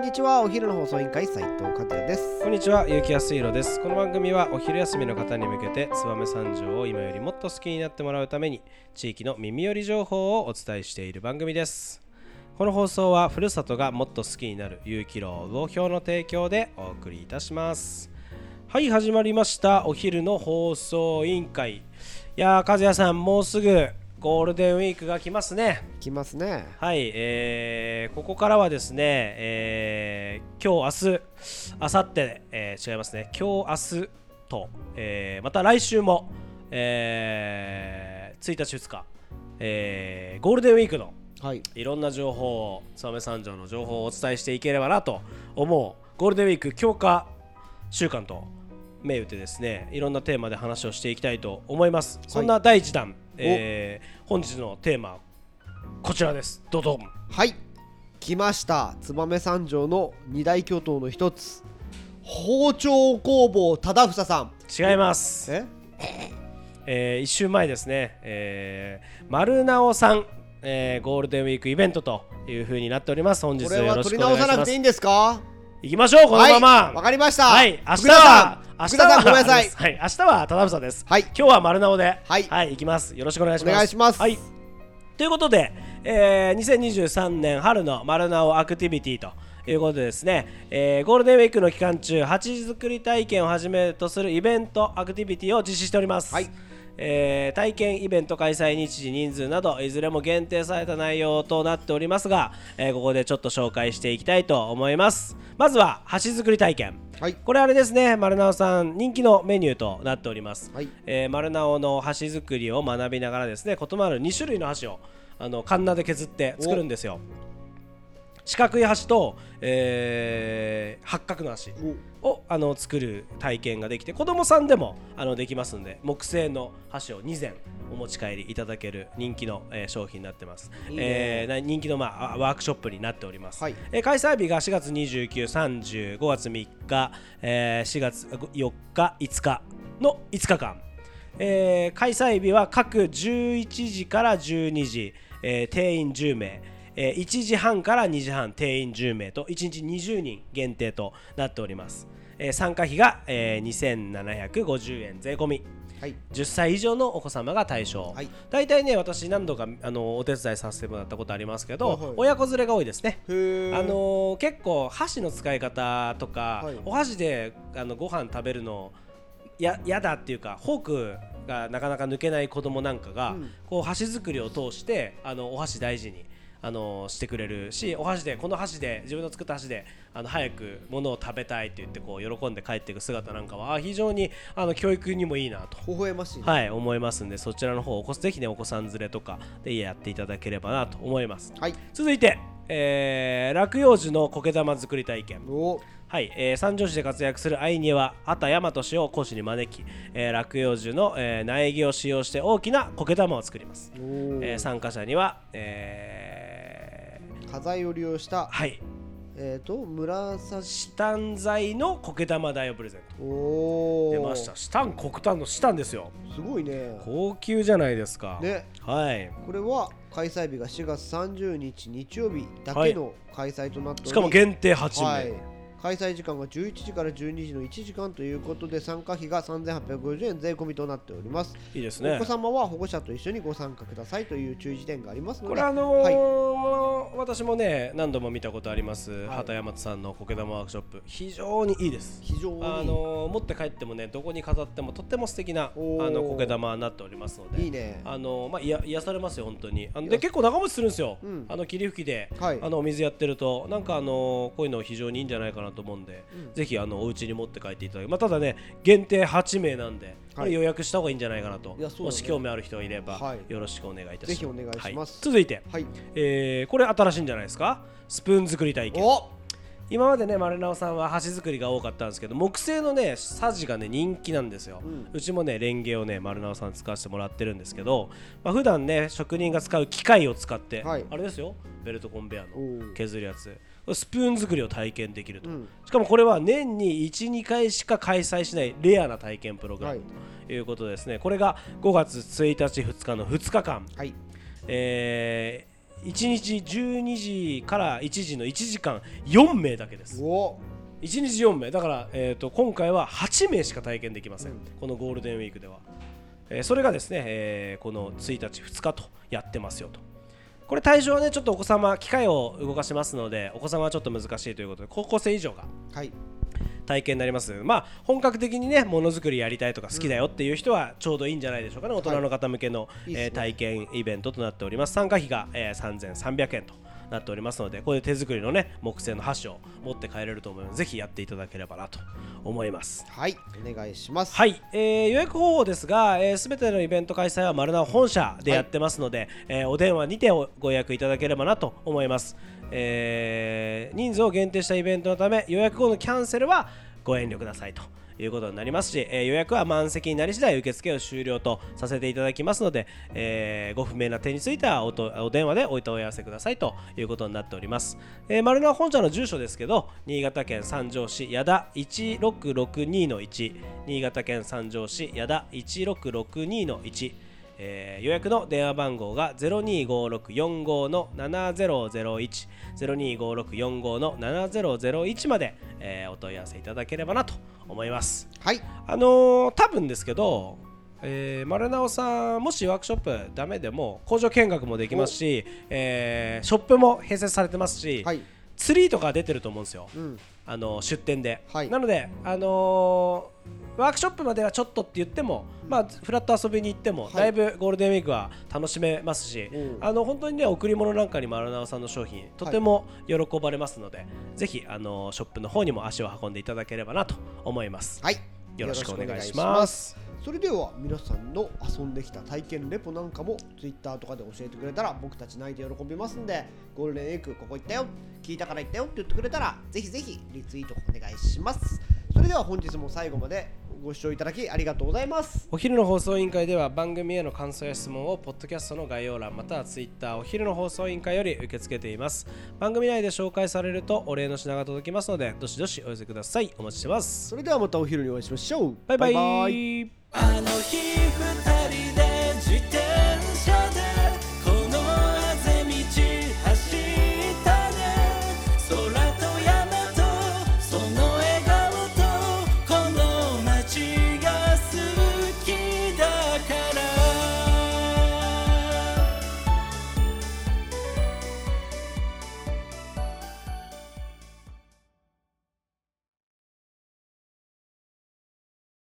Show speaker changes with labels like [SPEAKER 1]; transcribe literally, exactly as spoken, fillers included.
[SPEAKER 1] んにちは。お昼の放送委員会斉藤和也です。
[SPEAKER 2] こんにちは、結城康弘です。この番組はお昼休みの方に向けて燕三条を今よりもっと好きになってもらうために地域の耳寄り情報をお伝えしている番組です。この放送はふるさとがもっと好きになる有機楼魚評の提供でお送りいたします。はい、始まりましたお昼の放送委員会。いやー、和也さん、もうすぐゴールデンウィークが来ますね。
[SPEAKER 1] 来ますね。
[SPEAKER 2] はい、えー、ここからはですね、えー、今日、明日、明後日、えー、違いますね、今日、明日と、えー、また来週も、えー、ついたちふつか、えー、ゴールデンウィークの、はい、いろんな情報を、燕三条の情報をお伝えしていければなと思うゴールデンウィーク強化週間と銘打ってですね、いろんなテーマで話をしていきたいと思います。はい、そんなだいいちだん、えー、本日のテーマこちらです。どどん。
[SPEAKER 1] はい、来ました。燕三条の二大巨頭の一つ、包丁工房忠房さん。
[SPEAKER 2] 違います。え、えー、いっ週前ですね、えー、丸直さん、えー、ゴールデンウィークイベントという風になっております。本日よろしくお願いします。
[SPEAKER 1] これは取り直さなくていいんですか？
[SPEAKER 2] 行きましょう、このまま。
[SPEAKER 1] わ、はい、かりました。
[SPEAKER 2] はい、明日は
[SPEAKER 1] 明日はごめんなさい。
[SPEAKER 2] はい、明日は忠房です。
[SPEAKER 1] はい、
[SPEAKER 2] 今日は丸直で、
[SPEAKER 1] はい、
[SPEAKER 2] はい、行きます。よろしくお願いします。
[SPEAKER 1] お願いします。
[SPEAKER 2] はい。ということで、えー、にせんにじゅうさんねん春の丸直アクティビティということでですね、えー、ゴールデンウィークの期間中、鉢作り体験をはじめとするイベントアクティビティを実施しております。はい。えー、体験イベント開催日時人数などいずれも限定された内容となっておりますが、えー、ここでちょっと紹介していきたいと思います。まずは箸作り体験、はい、これあれですね、丸直さん人気のメニューとなっております。はい、えー、丸直の箸作りを学びながらですね、異なるに種類の箸をあのカンナで削って作るんですよ。四角い箸と、えー、八角の箸をあの作る体験ができて、子供さんでもあのできますので、木製の箸をにぜんお持ち帰りいただける人気の、えー、商品になってます。いい、えー、人気の、まあ、ワークショップになっております。はい、えー、開催日がしがつにじゅうく、さんじゅう、ごがつみっか、えー、しがつよっか、いつかのいつかかん、えー、開催日は各じゅういちじからじゅうにじ、えー、定員じゅうめい、えー、いちじはんからにじはん定員じゅうめいといちにちにじゅうにん限定となっております。えー、参加費が、えー、にせんななひゃくごじゅうえん税込み、はい、じゅっさい以上のお子様が対象。はい、大体ね、私何度かあのお手伝いさせてもらったことありますけど、はいはい、親子連れが多いですね。あのー、結構箸の使い方とか、はい、お箸であのご飯食べるのややだっていうか、フォークがなかなか抜けない子供なんかが、うん、こう箸作りを通してあのお箸大事にあのしてくれるし、お箸でこの箸で自分の作った箸であの早くものを食べたいって言ってこう喜んで帰っていく姿なんかは非常にあの教育にもいいなと
[SPEAKER 1] 微笑ましい、ね、
[SPEAKER 2] はい、思いますんで、そちらの方をぜひね、お子さん連れとかでやっていただければなと思います。はい、続いて、えー、落葉樹の苔玉作り体験。はい、えー、三条市で活躍する愛庭畑大和氏を講師に招き、えー、落葉樹の、えー、苗木を使用して大きな苔玉を作ります。えー、参加者には、え
[SPEAKER 1] ー、花材を利用した、
[SPEAKER 2] はい、
[SPEAKER 1] えーと紫
[SPEAKER 2] シタン材の苔玉台をプレゼント。お出ました。シタン、黒炭のシタンですよ。
[SPEAKER 1] すごいね、
[SPEAKER 2] 高級じゃないですか。ね、はい、
[SPEAKER 1] これは開催日がしがつさんじゅうにち日曜日だけの開催となっており、
[SPEAKER 2] しかも限定はちめい、はい、
[SPEAKER 1] 開催時間がじゅういちじからじゅうにじのいちじかんということで、参加費がさんぜんはっぴゃくごじゅうえん税込みとなっております。いいですね。お子様は保護者と一緒にご参加くださいという注意点がありますので、
[SPEAKER 2] これあのーはい、私もね何度も見たことあります、はい、畑大和さんの苔玉ワークショップ、非常にいいです。非常に、あのー、持って帰ってもね、どこに飾ってもとっても素敵なあの苔玉になっておりますので、いいね、あのーまあ、いや癒されますよ本当に。あので結構長持ちするんですよ、うん、あの霧吹きで、はい、あのお水やってるとなんかあのー、こういうの非常にいいんじゃないかなと思うんで、うん、ぜひあのお家に持って帰っていただき、まあ、ただね限定はちめいなんで、これ予約した方がいいんじゃないかなと、はい、もし興味ある人がいれば、はい、よろしくお願いいたします。ぜ
[SPEAKER 1] ひお願いします。
[SPEAKER 2] はい、続いて、はい、えー、これ新しいんじゃないですか、スプーン作り体験。今までね、丸直さんは箸作りが多かったんですけど、木製のねさじがね人気なんですよ。うん、うちもねレンゲをね丸直さん使わせてもらってるんですけど、まあ、普段ね職人が使う機械を使って、はい、あれですよ、ベルトコンベヤーの削るやつ、スプーン作りを体験できると、うん、しかもこれは年に いち、にかいしか開催しないレアな体験プログラムということですね。これがごがつついたちふつかのふつかかん、はい、えーいちにちじゅうにじからいちじのいちじかんよんめいだけです。
[SPEAKER 1] お
[SPEAKER 2] いちにちよんめいだから、えー、と今回ははちめいしか体験できません、うん、このゴールデンウィークでは、えー、それがですね、えー、このついたちふつかとやってますよと。これ対象はねちょっとお子様機械を動かしますのでお子様はちょっと難しいということで高校生以上が体験になります、はい、まあ本格的にねものづくりやりたいとか好きだよっていう人はちょうどいいんじゃないでしょうかね、うん、大人の方向けの、はいえー、体験イベントとなっております。参加費が、えー、さんぜんさんびゃくえんとなっておりますのでこういう手作りのね木製の箸を持って帰れると思うのでぜひやっていただければなと思います。
[SPEAKER 1] はいお願いします。
[SPEAKER 2] はい、えー、予約方法ですが、えー、全てのイベント開催は丸な本社でやってますので、はいえー、お電話にてご予約いただければなと思います、えー、人数を限定したイベントのため予約後のキャンセルはご遠慮くださいということになりますし、えー、予約は満席になり次第受付を終了とさせていただきますので、えー、ご不明な点については お, とお電話でお問い合わせくださいということになっております、えー、丸な本社の住所ですけど新潟県三条市矢田いちろくろくにのいち新潟県三条市矢田いちろくろくにのいちえー、予約の電話番号が ゼロにーごーろくよんごーのななゼロゼロいち ゼロにーごーろくよんごーのななゼロゼロいちまで、えー、お問い合わせいただければなと思います。
[SPEAKER 1] はい。
[SPEAKER 2] あのー、多分ですけど、えー、丸直さんもしワークショップダメでも工場見学もできますし、えー、ショップも併設されてますし、はい、ツリーとか出てると思うんですよ、うん、あの出店で、はい、なので、あのーワークショップまではちょっとって言っても、うんまあ、フラット遊びに行っても、はい、だいぶゴールデンウィークは楽しめますし、うん、あの本当にね贈り物なんかにも丸直さんの商品とても喜ばれますので、はい、ぜひあのショップの方にも足を運んでいただければなと思います、
[SPEAKER 1] はい、
[SPEAKER 2] よろしくお願いします。
[SPEAKER 1] それでは皆さんの遊んできた体験レポなんかも Twitter とかで教えてくれたら僕たち泣いて喜びますんで、ゴールデンウィークここ行ったよ聞いたから行ったよって言ってくれたらぜひぜひリツイートお願いします。それでは本日も最後までご視聴いただきありがとうございます。
[SPEAKER 2] お昼の放送委員会では番組への感想や質問をポッドキャストの概要欄または Twitter お昼の放送委員会より受け付けています。番組内で紹介されるとお礼の品が届きますのでどしどしお寄せください。お待ちしてます。
[SPEAKER 1] それではまたお昼にお会いしましょう。
[SPEAKER 2] バイバイ。バイバイ。あの日ふたり